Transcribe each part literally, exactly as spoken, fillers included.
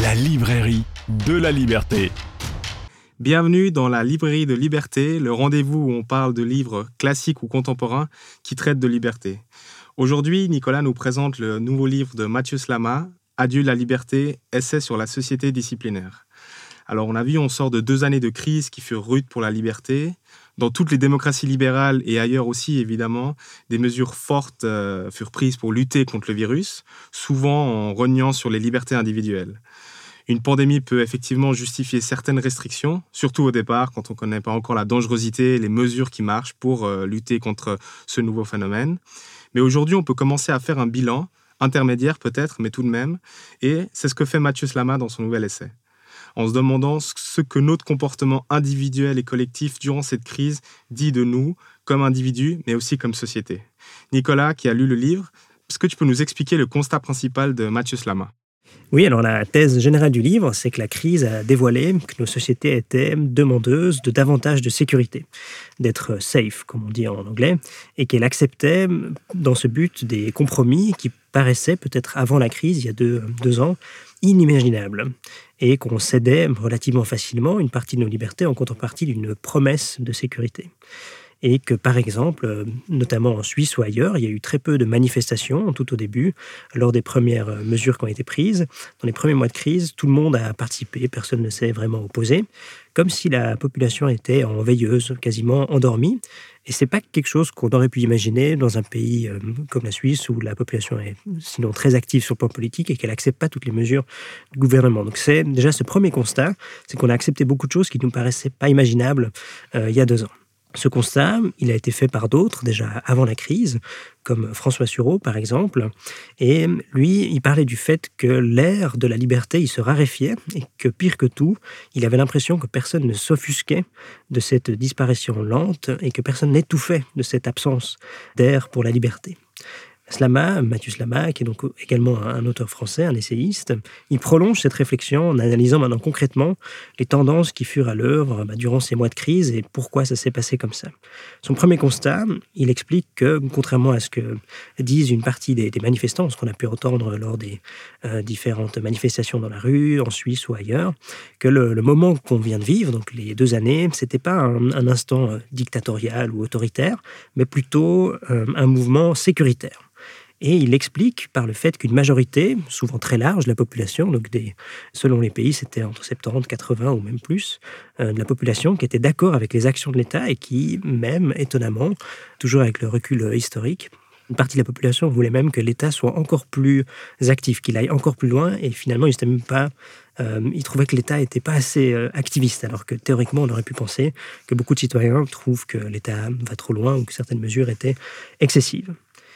la librairie de la liberté. Bienvenue dans la librairie de liberté, le rendez-vous où on parle de livres classiques ou contemporains qui traitent de liberté. Aujourd'hui, Nicolas nous présente le nouveau livre de Mathieu Slama, Adieu la liberté, essai sur la société disciplinaire. Alors on a vu, on sort de deux années de crise qui furent rudes pour la liberté. Dans toutes les démocraties libérales et ailleurs aussi, évidemment, des mesures fortes euh, furent prises pour lutter contre le virus, souvent en rognant sur les libertés individuelles. Une pandémie peut effectivement justifier certaines restrictions, surtout au départ, quand on ne connaît pas encore la dangerosité et les mesures qui marchent pour euh, lutter contre ce nouveau phénomène. Mais aujourd'hui, on peut commencer à faire un bilan, intermédiaire peut-être, mais tout de même, et c'est ce que fait Mathieu Slama dans son nouvel essai, en se demandant ce que notre comportement individuel et collectif durant cette crise dit de nous, comme individus, mais aussi comme société. Nicolas, qui a lu le livre, est-ce que tu peux nous expliquer le constat principal de Mathieu Slama ? Oui, alors la thèse générale du livre, c'est que la crise a dévoilé que nos sociétés étaient demandeuses de davantage de sécurité, d'être safe, comme on dit en anglais, et qu'elle acceptait dans ce but des compromis qui paraissaient peut-être avant la crise, il y a deux, deux ans, inimaginables, et qu'on cédait relativement facilement une partie de nos libertés en contrepartie d'une promesse de sécurité. Et que, par exemple, notamment en Suisse ou ailleurs, il y a eu très peu de manifestations tout au début, lors des premières mesures qui ont été prises. Dans les premiers mois de crise, tout le monde a participé, personne ne s'est vraiment opposé, comme si la population était en veilleuse, quasiment endormie. Et ce n'est pas quelque chose qu'on aurait pu imaginer dans un pays comme la Suisse, où la population est sinon très active sur le plan politique et qu'elle n'accepte pas toutes les mesures du gouvernement. Donc c'est déjà ce premier constat, c'est qu'on a accepté beaucoup de choses qui ne nous paraissaient pas imaginables euh, il y a deux ans. Ce constat, il a été fait par d'autres, déjà avant la crise, comme François Sureau, par exemple. Et lui, il parlait du fait que l'ère de la liberté, il se raréfiait et que, pire que tout, il avait l'impression que personne ne s'offusquait de cette disparition lente et que personne n'étouffait de cette absence d'air pour la liberté. Slama, Mathieu Slama, qui est donc également un auteur français, un essayiste, il prolonge cette réflexion en analysant maintenant concrètement les tendances qui furent à l'œuvre bah, durant ces mois de crise et pourquoi ça s'est passé comme ça. Son premier constat, il explique que, contrairement à ce que disent une partie des, des manifestants, ce qu'on a pu entendre lors des euh, différentes manifestations dans la rue, en Suisse ou ailleurs, que le, le moment qu'on vient de vivre, donc les deux années, c'était pas un, un instant dictatorial ou autoritaire, mais plutôt euh, un mouvement sécuritaire. Et il explique par le fait qu'une majorité, souvent très large de la population, donc des, selon les pays, c'était entre soixante-dix, quatre-vingts ou même plus, euh, de la population qui était d'accord avec les actions de l'État et qui, même étonnamment, toujours avec le recul historique, une partie de la population voulait même que l'État soit encore plus actif, qu'il aille encore plus loin, et finalement, ils même pas, euh, ils trouvaient que l'État n'était pas assez euh, activiste, alors que théoriquement, on aurait pu penser que beaucoup de citoyens trouvent que l'État va trop loin ou que certaines mesures étaient excessives.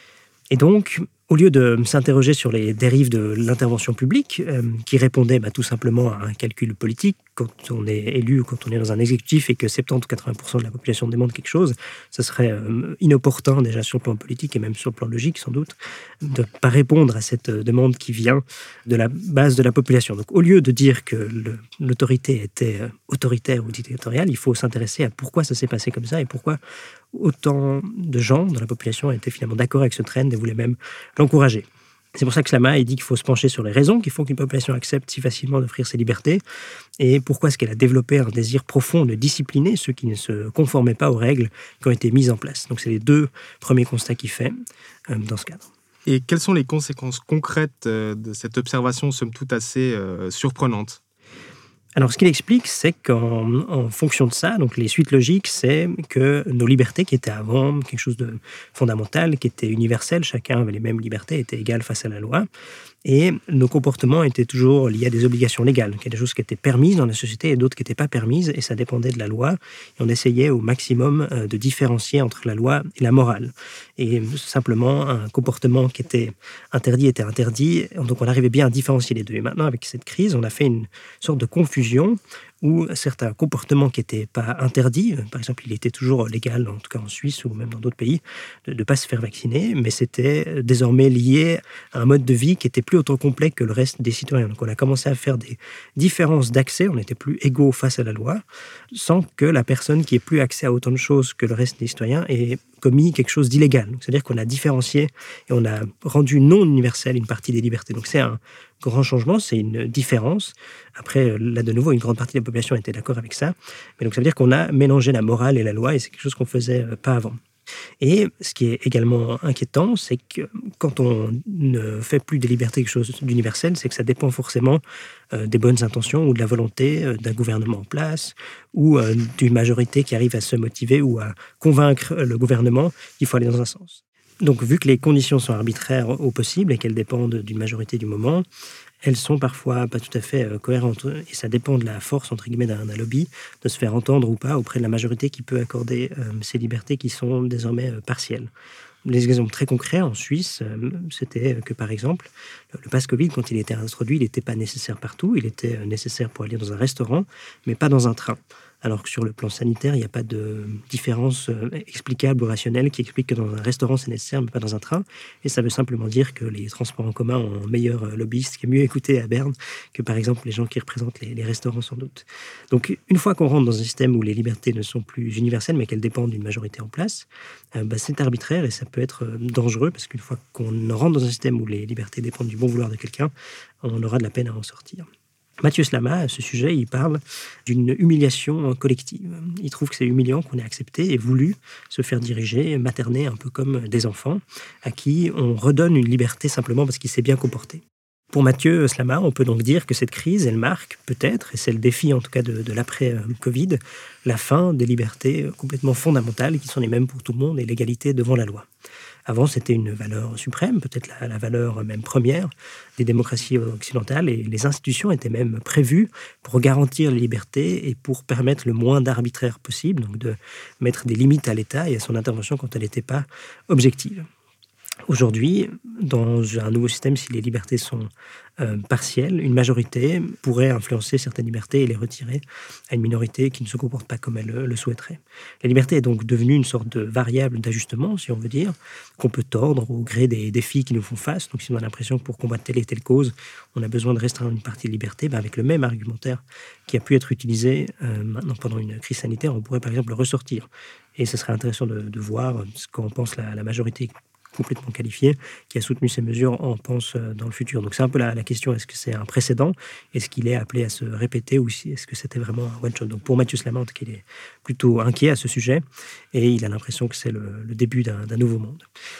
Et donc, au lieu de s'interroger sur les dérives de l'intervention publique, euh, qui répondait bah, tout simplement à un calcul politique, quand on est élu ou quand on est dans un exécutif et que soixante-dix ou quatre-vingts pour cent de la population demande quelque chose, ce serait euh, inopportun déjà sur le plan politique et même sur le plan logique sans doute, de ne pas répondre à cette demande qui vient de la base de la population. Donc au lieu de dire que le, l'autorité était euh, autoritaire ou dictatoriale, il faut s'intéresser à pourquoi ça s'est passé comme ça et pourquoi autant de gens dans la population étaient finalement d'accord avec ce trend et voulaient même l'encourager. C'est pour ça que Slama dit qu'il faut se pencher sur les raisons qui font qu'une population accepte si facilement d'offrir ses libertés et pourquoi est-ce qu'elle a développé un désir profond de discipliner ceux qui ne se conformaient pas aux règles qui ont été mises en place. Donc c'est les deux premiers constats qu'il fait euh, dans ce cadre. Et quelles sont les conséquences concrètes euh, de cette observation, somme toute assez euh, surprenante ? Alors, ce qu'il explique, c'est qu'en en fonction de ça, donc les suites logiques, c'est que nos libertés, qui étaient avant quelque chose de fondamental, qui était universel, chacun avait les mêmes libertés, était égal face à la loi, et nos comportements étaient toujours liés à des obligations légales. Il y a des choses qui étaient permises dans la société et d'autres qui n'étaient pas permises, et ça dépendait de la loi. Et on essayait au maximum de différencier entre la loi et la morale. Et simplement, un comportement qui était interdit était interdit, donc on arrivait bien à différencier les deux. Et maintenant, avec cette crise, on a fait une sorte de confusion où certains comportements qui n'étaient pas interdits, par exemple, il était toujours légal, en tout cas en Suisse ou même dans d'autres pays, de ne pas se faire vacciner, mais c'était désormais lié à un mode de vie qui était plus autant complet que le reste des citoyens. Donc on a commencé à faire des différences d'accès, on n'était plus égaux face à la loi, sans que la personne qui ait plus accès à autant de choses que le reste des citoyens ait commis quelque chose d'illégal. Donc, c'est-à-dire qu'on a différencié et on a rendu non universel une partie des libertés. Donc c'est un grand changement, c'est une différence. Après, là, de nouveau, une grande partie de la population était d'accord avec ça. Mais donc, ça veut dire qu'on a mélangé la morale et la loi, et c'est quelque chose qu'on ne faisait pas avant. Et ce qui est également inquiétant, c'est que quand on ne fait plus des libertés quelque chose d'universel, c'est que ça dépend forcément euh, des bonnes intentions ou de la volonté euh, d'un gouvernement en place ou euh, d'une majorité qui arrive à se motiver ou à convaincre le gouvernement qu'il faut aller dans un sens. Donc, vu que les conditions sont arbitraires au possible et qu'elles dépendent d'une majorité du moment, elles sont parfois pas tout à fait euh, cohérentes. Et ça dépend de la force, entre guillemets, d'un, d'un lobby, de se faire entendre ou pas auprès de la majorité qui peut accorder euh, ces libertés qui sont désormais euh, partielles. Les exemples très concrets en Suisse, euh, c'était que, par exemple, le pass Covid, quand il était introduit, il n'était pas nécessaire partout. Il était nécessaire pour aller dans un restaurant, mais pas dans un train. Alors que sur le plan sanitaire, il n'y a pas de différence explicable ou rationnelle qui explique que dans un restaurant, c'est nécessaire, mais pas dans un train. Et ça veut simplement dire que les transports en commun ont un meilleur lobbyiste qui est mieux écouté à Berne que, par exemple, les gens qui représentent les, les restaurants, sans doute. Donc, une fois qu'on rentre dans un système où les libertés ne sont plus universelles, mais qu'elles dépendent d'une majorité en place, euh, bah, c'est arbitraire et ça peut être dangereux, parce qu'une fois qu'on rentre dans un système où les libertés dépendent du bon vouloir de quelqu'un, on aura de la peine à en sortir. Matthieu Slama, à ce sujet, il parle d'une humiliation collective. Il trouve que c'est humiliant qu'on ait accepté et voulu se faire diriger, materner un peu comme des enfants, à qui on redonne une liberté simplement parce qu'il s'est bien comporté. Pour Matthieu Slama, on peut donc dire que cette crise, elle marque peut-être, et c'est le défi en tout cas de, de l'après-Covid, la fin des libertés complètement fondamentales qui sont les mêmes pour tout le monde et l'égalité devant la loi. Avant, c'était une valeur suprême, peut-être la, la valeur même première des démocraties occidentales, et les institutions étaient même prévues pour garantir les libertés et pour permettre le moins d'arbitraire possible, donc de mettre des limites à l'État et à son intervention quand elle n'était pas objective. Aujourd'hui, dans un nouveau système, si les libertés sont euh, partielles, une majorité pourrait influencer certaines libertés et les retirer à une minorité qui ne se comporte pas comme elle le souhaiterait. La liberté est donc devenue une sorte de variable d'ajustement, si on veut dire, qu'on peut tordre au gré des défis qui nous font face. Donc si on a l'impression que pour combattre telle et telle cause, on a besoin de restreindre une partie de liberté, ben avec le même argumentaire qui a pu être utilisé euh, maintenant pendant une crise sanitaire, on pourrait par exemple le ressortir. Et ce serait intéressant de, de voir ce qu'en pense la, la majorité complètement qualifié, qui a soutenu ces mesures, en pense dans le futur. Donc c'est un peu la, la question, est-ce que c'est un précédent? Est-ce qu'il est appelé à se répéter ou si, est-ce que c'était vraiment un one-shot? Donc pour Matthieu Slama, il est plutôt inquiet à ce sujet et il a l'impression que c'est le, le début d'un, d'un nouveau monde.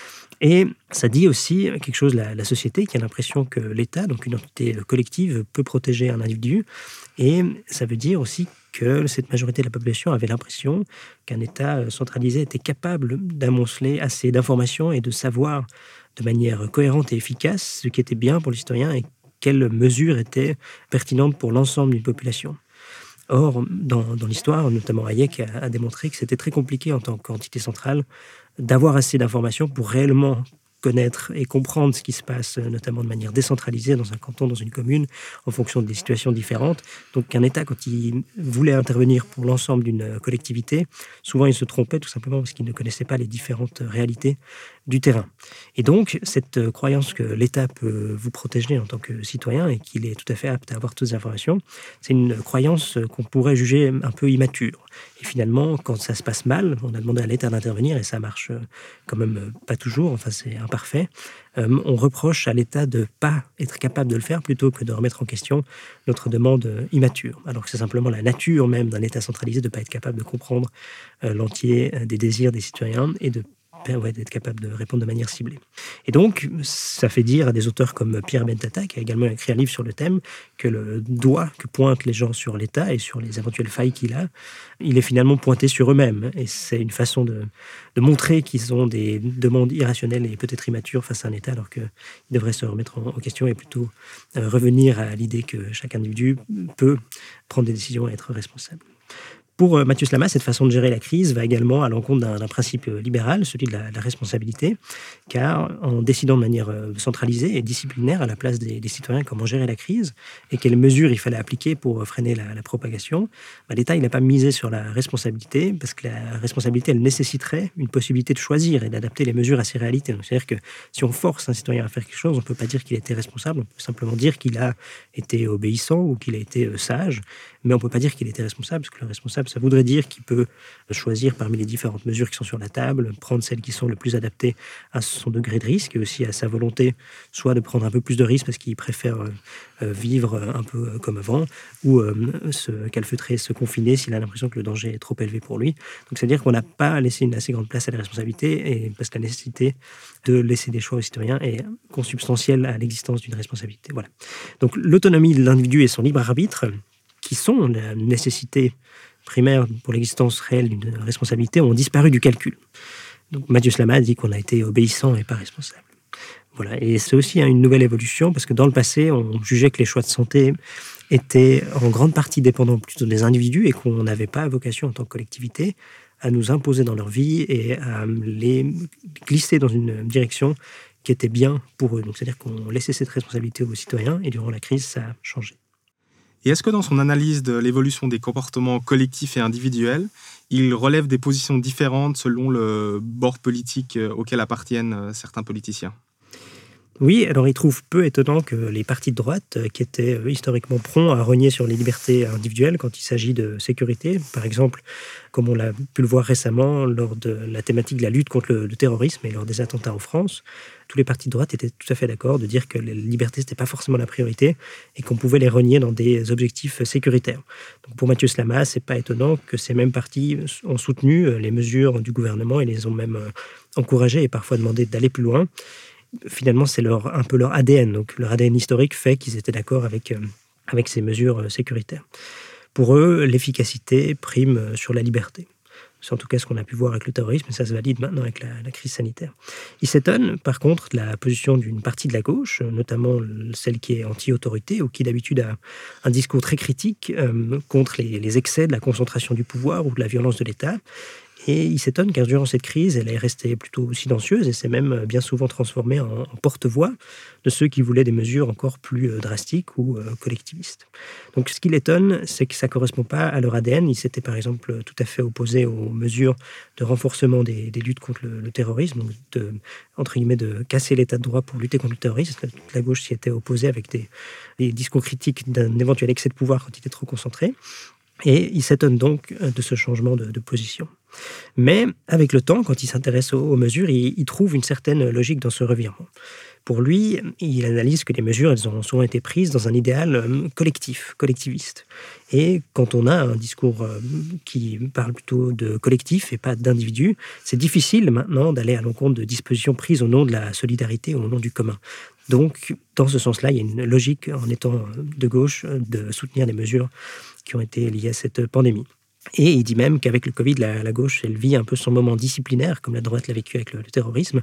Et ça dit aussi quelque chose, la, la société, qui a l'impression que l'État, donc une entité collective, peut protéger un individu. Et ça veut dire aussi que cette majorité de la population avait l'impression qu'un État centralisé était capable d'amonceler assez d'informations et de savoir de manière cohérente et efficace ce qui était bien pour les citoyens et quelles mesures étaient pertinentes pour l'ensemble d'une population. Or, dans, dans l'histoire, notamment Hayek a, a démontré que c'était très compliqué en tant qu'entité centrale d'avoir assez d'informations pour réellement connaître et comprendre ce qui se passe, notamment de manière décentralisée dans un canton, dans une commune, en fonction des situations différentes. Donc un État, quand il voulait intervenir pour l'ensemble d'une collectivité, souvent il se trompait tout simplement parce qu'il ne connaissait pas les différentes réalités du terrain. Et donc, cette croyance que l'État peut vous protéger en tant que citoyen et qu'il est tout à fait apte à avoir toutes les informations, c'est une croyance qu'on pourrait juger un peu immature. Et finalement, quand ça se passe mal, on a demandé à l'État d'intervenir et ça marche quand même pas toujours, enfin c'est imparfait. Euh, on reproche à l'État de ne pas être capable de le faire plutôt que de remettre en question notre demande immature. Alors que c'est simplement la nature même d'un État centralisé de ne pas être capable de comprendre euh, l'entier des désirs des citoyens et de Ouais, d'être capable de répondre de manière ciblée. Et donc, ça fait dire à des auteurs comme Pierre Bentata, qui a également écrit un livre sur le thème, que le doigt que pointent les gens sur l'État et sur les éventuelles failles qu'il a, il est finalement pointé sur eux-mêmes. Et c'est une façon de, de montrer qu'ils ont des demandes irrationnelles et peut-être immatures face à un État, alors qu'ils devraient se remettre en, en question et plutôt euh, revenir à l'idée que chaque individu peut prendre des décisions et être responsable. Pour Matthieu Slama, cette façon de gérer la crise va également à l'encontre d'un, d'un principe libéral, celui de la, la responsabilité, car en décidant de manière centralisée et disciplinaire à la place des, des citoyens comment gérer la crise et quelles mesures il fallait appliquer pour freiner la, la propagation, bah, l'État il n'a pas misé sur la responsabilité, parce que la responsabilité elle nécessiterait une possibilité de choisir et d'adapter les mesures à ses réalités. Donc, c'est-à-dire que si on force un citoyen à faire quelque chose, on ne peut pas dire qu'il a été responsable, on peut simplement dire qu'il a été obéissant ou qu'il a été sage, mais on ne peut pas dire qu'il était responsable, parce que le responsable, ça voudrait dire qu'il peut choisir parmi les différentes mesures qui sont sur la table, prendre celles qui sont le plus adaptées à son degré de risque et aussi à sa volonté, soit de prendre un peu plus de risques parce qu'il préfère euh, vivre un peu comme avant, ou euh, se calfeutrer, se confiner s'il a l'impression que le danger est trop élevé pour lui. Donc c'est-à-dire qu'on n'a pas laissé une assez grande place à la responsabilité, et parce que la nécessité de laisser des choix aux citoyens est consubstantielle à l'existence d'une responsabilité. Voilà. Donc l'autonomie de l'individu et son libre arbitre, qui sont la nécessité primaire pour l'existence réelle d'une responsabilité, ont disparu du calcul. Donc Mathieu Slama dit qu'on a été obéissant et pas responsable. Voilà. Et c'est aussi une nouvelle évolution, parce que dans le passé, on jugeait que les choix de santé étaient en grande partie dépendants plutôt des individus et qu'on n'avait pas vocation en tant que collectivité à nous imposer dans leur vie et à les glisser dans une direction qui était bien pour eux. Donc c'est-à-dire qu'on laissait cette responsabilité aux citoyens, et durant la crise, ça a changé. Et est-ce que dans son analyse de l'évolution des comportements collectifs et individuels, il relève des positions différentes selon le bord politique auquel appartiennent certains politiciens ? Oui, alors il trouve peu étonnant que les partis de droite, qui étaient historiquement prompts à rogner sur les libertés individuelles quand il s'agit de sécurité, par exemple, comme on l'a pu le voir récemment lors de la thématique de la lutte contre le, le terrorisme et lors des attentats en France, tous les partis de droite étaient tout à fait d'accord de dire que les libertés, ce n'était pas forcément la priorité et qu'on pouvait les renier dans des objectifs sécuritaires. Donc pour Mathieu Slama, ce n'est pas étonnant que ces mêmes partis ont soutenu les mesures du gouvernement et les ont même encouragés et parfois demandé d'aller plus loin. Finalement, c'est leur, un peu leur A D N. Donc, leur A D N historique fait qu'ils étaient d'accord avec, euh, avec ces mesures euh, sécuritaires. Pour eux, l'efficacité prime sur la liberté. C'est en tout cas ce qu'on a pu voir avec le terrorisme, et ça se valide maintenant avec la, la crise sanitaire. Ils s'étonnent, par contre, de la position d'une partie de la gauche, notamment celle qui est anti-autorité, ou qui d'habitude a un discours très critique euh, contre les, les excès de la concentration du pouvoir ou de la violence de l'État. Et il s'étonne car durant cette crise, elle est restée plutôt silencieuse et s'est même bien souvent transformée en, en porte-voix de ceux qui voulaient des mesures encore plus drastiques ou euh, collectivistes. Donc ce qui l'étonne, c'est que ça ne correspond pas à leur A D N. Ils s'étaient par exemple tout à fait opposés aux mesures de renforcement des, des luttes contre le, le terrorisme, donc de, entre guillemets, de casser l'état de droit pour lutter contre le terrorisme. La gauche s'y était opposée avec des, des discours critiques d'un éventuel excès de pouvoir quand il était trop concentré. Et il s'étonne donc de ce changement de, de position. Mais avec le temps, quand il s'intéresse aux, aux mesures, il, il trouve une certaine logique dans ce revirement. Pour lui, il analyse que les mesures, elles ont souvent été prises dans un idéal collectif, collectiviste. Et quand on a un discours qui parle plutôt de collectif et pas d'individu, c'est difficile maintenant d'aller à l'encontre de dispositions prises au nom de la solidarité ou au nom du commun. Donc, dans ce sens-là, il y a une logique, en étant de gauche, de soutenir les mesures qui ont été liées à cette pandémie. Et il dit même qu'avec le Covid, la, la gauche, elle vit un peu son moment disciplinaire, comme la droite l'a vécu avec le, le terrorisme.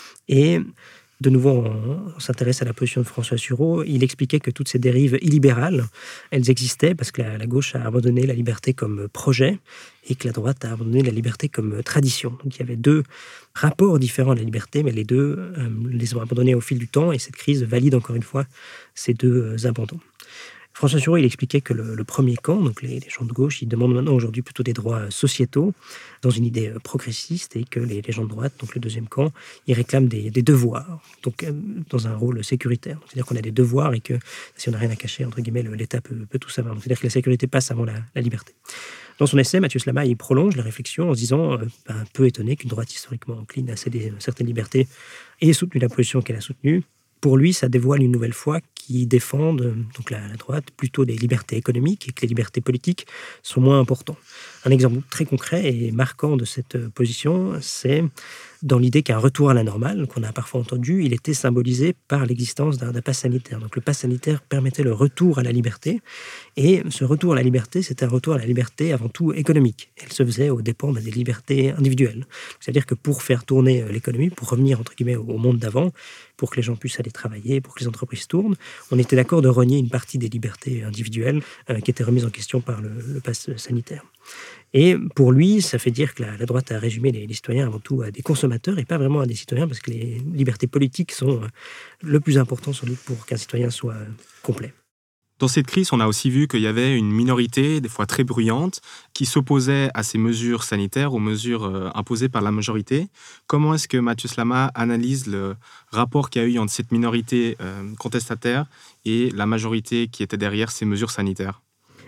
Et de nouveau, on, on s'intéresse à la position de François Sureau. Il expliquait que toutes ces dérives illibérales, elles existaient parce que la, la gauche a abandonné la liberté comme projet et que la droite a abandonné la liberté comme tradition. Donc il y avait deux rapports différents à la liberté, mais les deux euh, les ont abandonnés au fil du temps, et cette crise valide encore une fois ces deux euh, abandons. François Sureau, il expliquait que le, le premier camp, donc les, les gens de gauche, ils demandent maintenant aujourd'hui plutôt des droits sociétaux dans une idée progressiste, et que les, les gens de droite, donc le deuxième camp, ils réclament des, des devoirs, donc euh, dans un rôle sécuritaire. Donc, c'est-à-dire qu'on a des devoirs et que si on n'a rien à cacher, entre guillemets, le, l'État peut, peut tout savoir. Donc, c'est-à-dire que la sécurité passe avant la, la liberté. Dans son essai, Mathieu Slama, il prolonge la réflexion en se disant, euh, ben, un peu étonné qu'une droite historiquement encline à céder certaines libertés ait soutenu la position qu'elle a soutenue. Pour lui, ça dévoile une nouvelle fois qui défendent, donc la, la droite, plutôt des libertés économiques, et que les libertés politiques sont moins importantes. Un exemple très concret et marquant de cette position, c'est dans l'idée qu'un retour à la normale, qu'on a parfois entendu, il était symbolisé par l'existence d'un, d'un pass sanitaire. Donc le pass sanitaire permettait le retour à la liberté, et ce retour à la liberté, c'était un retour à la liberté avant tout économique. Elle se faisait aux dépens des libertés individuelles. C'est-à-dire que pour faire tourner l'économie, pour revenir entre guillemets au monde d'avant, pour que les gens puissent aller travailler, pour que les entreprises tournent, on était d'accord de renier une partie des libertés individuelles euh, qui étaient remises en question par le, le pass sanitaire. Et pour lui, ça fait dire que la, la droite a résumé les, les citoyens avant tout à des consommateurs et pas vraiment à des citoyens, parce que les libertés politiques sont euh, le plus important sans doute pour qu'un citoyen soit euh, complet. Dans cette crise, on a aussi vu qu'il y avait une minorité, des fois très bruyante, qui s'opposait à ces mesures sanitaires, aux mesures euh, imposées par la majorité. Comment est-ce que Mathieu Slama analyse le rapport qu'il y a eu entre cette minorité euh, contestataire et la majorité qui était derrière ces mesures sanitaires ?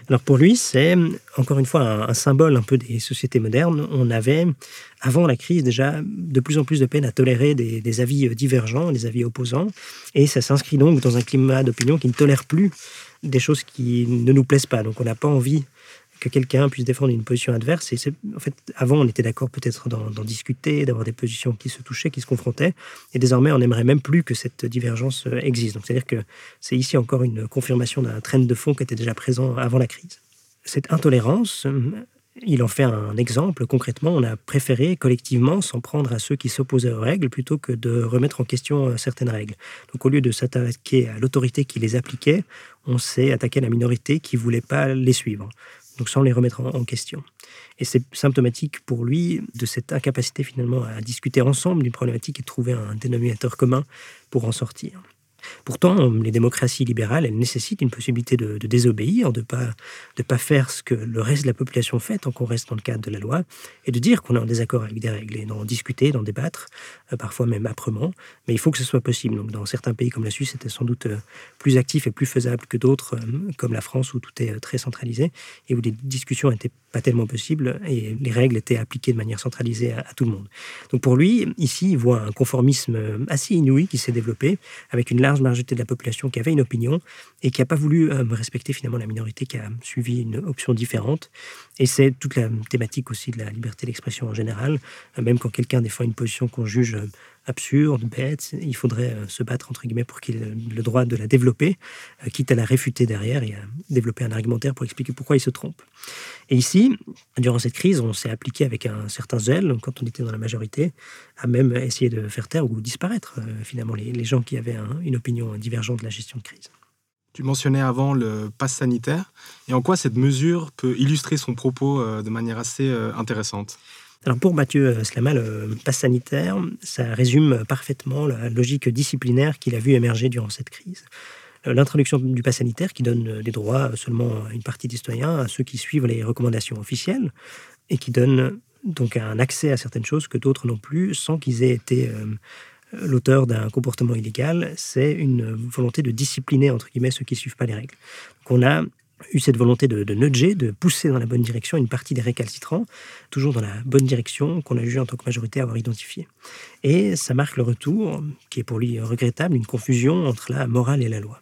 Alors pour lui, c'est encore une fois un, un symbole un peu des sociétés modernes. On avait, avant la crise, déjà de plus en plus de peine à tolérer des, des avis divergents, des avis opposants. Et ça s'inscrit donc dans un climat d'opinion qui ne tolère plus des choses qui ne nous plaisent pas. Donc on n'a pas envie que quelqu'un puisse défendre une position adverse. Et c'est, en fait, avant, on était d'accord peut-être d'en, d'en discuter, d'avoir des positions qui se touchaient, qui se confrontaient. Et désormais, on n'aimerait même plus que cette divergence existe. Donc, c'est-à-dire que c'est ici encore une confirmation d'un trend de fond qui était déjà présent avant la crise. Cette intolérance, il en fait un exemple. Concrètement, on a préféré collectivement s'en prendre à ceux qui s'opposaient aux règles plutôt que de remettre en question certaines règles. Donc, au lieu de s'attaquer à l'autorité qui les appliquait, on s'est attaqué à la minorité qui ne voulait pas les suivre. Donc sans les remettre en, en question. Et c'est symptomatique pour lui de cette incapacité finalement à discuter ensemble d'une problématique et de trouver un dénominateur commun pour en sortir. Pourtant, les démocraties libérales, elles nécessitent une possibilité de, de désobéir, de ne pas, de pas faire ce que le reste de la population fait tant qu'on reste dans le cadre de la loi, et de dire qu'on est en désaccord avec des règles, et d'en discuter, d'en débattre, euh, parfois même âprement, mais il faut que ce soit possible. Donc, dans certains pays comme la Suisse, c'était sans doute euh, plus actif et plus faisable que d'autres, euh, comme la France, où tout est euh, très centralisé, et où les discussions n'étaient pas tellement possibles, et les règles étaient appliquées de manière centralisée à, à tout le monde. Donc pour lui, ici, il voit un conformisme assez inouï qui s'est développé, avec une large majorité de la population qui avait une opinion et qui n'a pas voulu euh, respecter finalement la minorité qui a suivi une option différente. Et c'est toute la thématique aussi de la liberté d'expression en général. Euh, même quand quelqu'un défend une position qu'on juge euh, absurde, bête, il faudrait euh, se battre entre guillemets pour qu'il ait le droit de la développer, euh, quitte à la réfuter derrière et à développer un argumentaire pour expliquer pourquoi il se trompe. Et ici, durant cette crise, on s'est appliqué avec un certain zèle, quand on était dans la majorité, à même essayer de faire taire ou disparaître euh, finalement les, les gens qui avaient un, une opinion divergente de la gestion de crise. Tu mentionnais avant le pass sanitaire, et en quoi cette mesure peut illustrer son propos euh, de manière assez euh, intéressante. Alors pour Mathieu Slama, le pass sanitaire, ça résume parfaitement la logique disciplinaire qu'il a vu émerger durant cette crise. L'introduction du pass sanitaire qui donne des droits seulement à une partie des citoyens, à ceux qui suivent les recommandations officielles, et qui donne donc un accès à certaines choses que d'autres n'ont plus, sans qu'ils aient été euh, l'auteur d'un comportement illégal. C'est une volonté de discipliner, entre guillemets, ceux qui ne suivent pas les règles. Donc on a eu cette volonté de, de nudger, de pousser dans la bonne direction une partie des récalcitrants, toujours dans la bonne direction qu'on a jugé en tant que majorité avoir identifiée. Et ça marque le retour, qui est pour lui regrettable, une confusion entre la morale et la loi.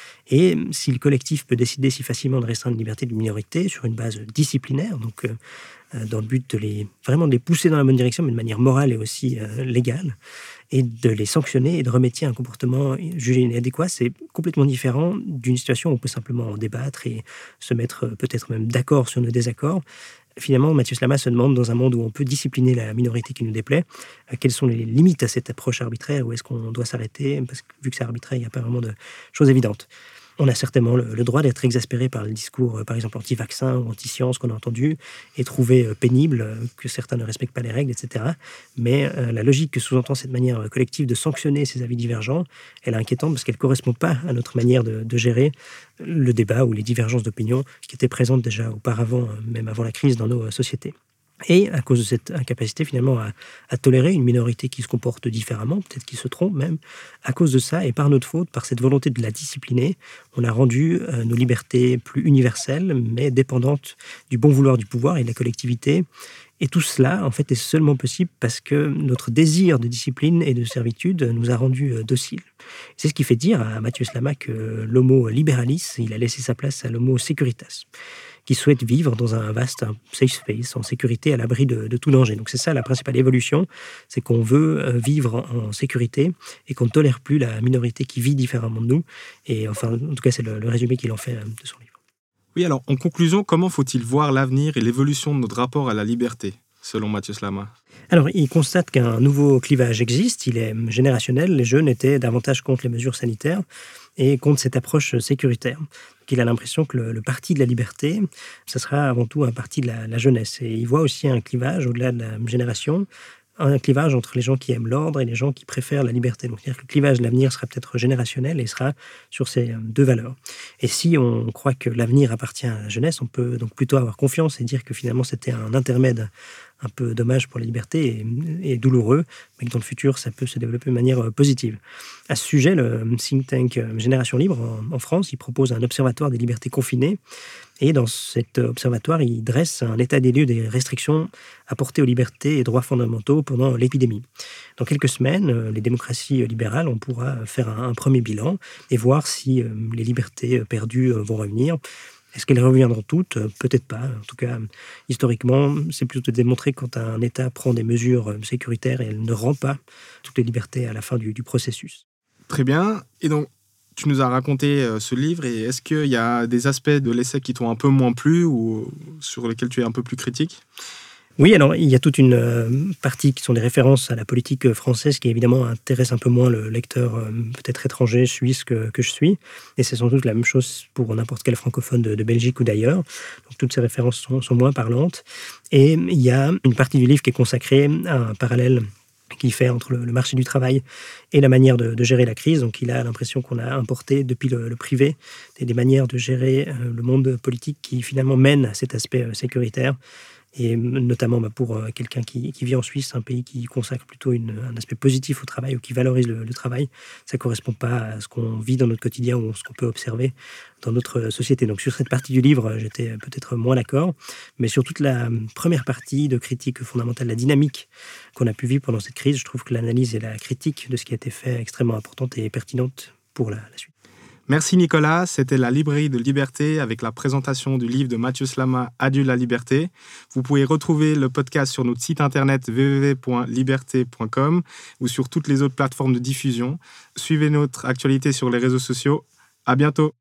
Et si le collectif peut décider si facilement de restreindre la liberté d'une minorité sur une base disciplinaire, donc euh, dans le but de les, vraiment de les pousser dans la bonne direction, mais de manière morale et aussi euh, légale, et de les sanctionner et de remédier à un comportement jugé inadéquat, c'est complètement différent d'une situation où on peut simplement en débattre et se mettre peut-être même d'accord sur nos désaccords. Finalement, Mathieu Slama se demande, dans un monde où on peut discipliner la minorité qui nous déplaît, euh, quelles sont les limites à cette approche arbitraire, où est-ce qu'on doit s'arrêter, parce que vu que c'est arbitraire, il n'y a pas vraiment de choses évidentes. On a certainement le, le droit d'être exaspéré par le discours, euh, par exemple, anti-vaccin ou anti-science qu'on a entendu, et trouver euh, pénible euh, que certains ne respectent pas les règles, et cetera. Mais euh, la logique que sous-entend cette manière collective de sanctionner ces avis divergents, elle est inquiétante parce qu'elle ne correspond pas à notre manière de, de gérer le débat ou les divergences d'opinion qui étaient présentes déjà auparavant, euh, même avant la crise, dans nos euh, sociétés. Et à cause de cette incapacité finalement à, à tolérer une minorité qui se comporte différemment, peut-être qui se trompe même, à cause de ça et par notre faute, par cette volonté de la discipliner, on a rendu euh, nos libertés plus universelles, mais dépendantes du bon vouloir du pouvoir et de la collectivité. Et tout cela, en fait, est seulement possible parce que notre désir de discipline et de servitude nous a rendus euh, dociles. C'est ce qui fait dire à Mathieu Slama que l'homo liberalis, il a laissé sa place à l'homo securitas, qui souhaite vivre dans un vaste un safe space, en sécurité, à l'abri de, de tout danger. Donc c'est ça la principale évolution, c'est qu'on veut vivre en, en sécurité et qu'on ne tolère plus la minorité qui vit différemment de nous. Et enfin, en tout cas, c'est le, le résumé qu'il en fait de son livre. Oui, alors en conclusion, comment faut-il voir l'avenir et l'évolution de notre rapport à la liberté, selon Mathieu Slama ? Alors, il constate qu'un nouveau clivage existe, il est générationnel. Les jeunes étaient davantage contre les mesures sanitaires et contre cette approche sécuritaire. Donc, il a l'impression que le, le parti de la liberté, ce sera avant tout un parti de la, la jeunesse. Et il voit aussi un clivage au-delà de la génération, un clivage entre les gens qui aiment l'ordre et les gens qui préfèrent la liberté. Donc, c'est-à-dire que le clivage de l'avenir sera peut-être générationnel et sera sur ces deux valeurs. Et si on croit que l'avenir appartient à la jeunesse, on peut donc plutôt avoir confiance et dire que finalement c'était un intermède un peu dommage pour la liberté et, et douloureux, mais que dans le futur, ça peut se développer de manière positive. À ce sujet, le think tank Génération Libre en, en France, il propose un observatoire des libertés confinées. Et dans cet observatoire, il dresse un état des lieux des restrictions apportées aux libertés et droits fondamentaux pendant l'épidémie. Dans quelques semaines, les démocraties libérales, on pourra faire un premier bilan et voir si les libertés perdues vont revenir. Est-ce qu'elles reviendront toutes? Peut-être pas. En tout cas, historiquement, c'est plutôt démontré quand un État prend des mesures sécuritaires et elle ne rend pas toutes les libertés à la fin du, du processus. Très bien. Et donc, tu nous as raconté euh, ce livre, et est-ce qu'il y a des aspects de l'essai qui t'ont un peu moins plu ou sur lesquels tu es un peu plus critique? Oui, alors il y a toute une euh, partie qui sont des références à la politique française qui évidemment intéresse un peu moins le lecteur euh, peut-être étranger, suisse que, que je suis. Et c'est sans doute la même chose pour n'importe quel francophone de, de Belgique ou d'ailleurs. Donc toutes ces références sont, sont moins parlantes. Et il y a une partie du livre qui est consacrée à un parallèle qu'il fait entre le, le marché du travail et la manière de, de gérer la crise. Donc il a l'impression qu'on a importé depuis le, le privé des, des manières de gérer euh, le monde politique qui finalement mènent à cet aspect euh, sécuritaire. Et notamment bah, pour euh, quelqu'un qui, qui vit en Suisse, un pays qui consacre plutôt une, un aspect positif au travail ou qui valorise le, le travail, ça ne correspond pas à ce qu'on vit dans notre quotidien ou ce qu'on peut observer dans notre société. Donc sur cette partie du livre, j'étais peut-être moins d'accord, mais sur toute la première partie de critique fondamentale, la dynamique qu'on a pu vivre pendant cette crise, je trouve que l'analyse et la critique de ce qui a été fait est extrêmement importante et pertinente pour la, la suite. Merci Nicolas, c'était la librairie de Liberté avec la présentation du livre de Mathieu Slama, Adieu la liberté. Vous pouvez retrouver le podcast sur notre site internet w w w point liberté point com ou sur toutes les autres plateformes de diffusion. Suivez notre actualité sur les réseaux sociaux. À bientôt.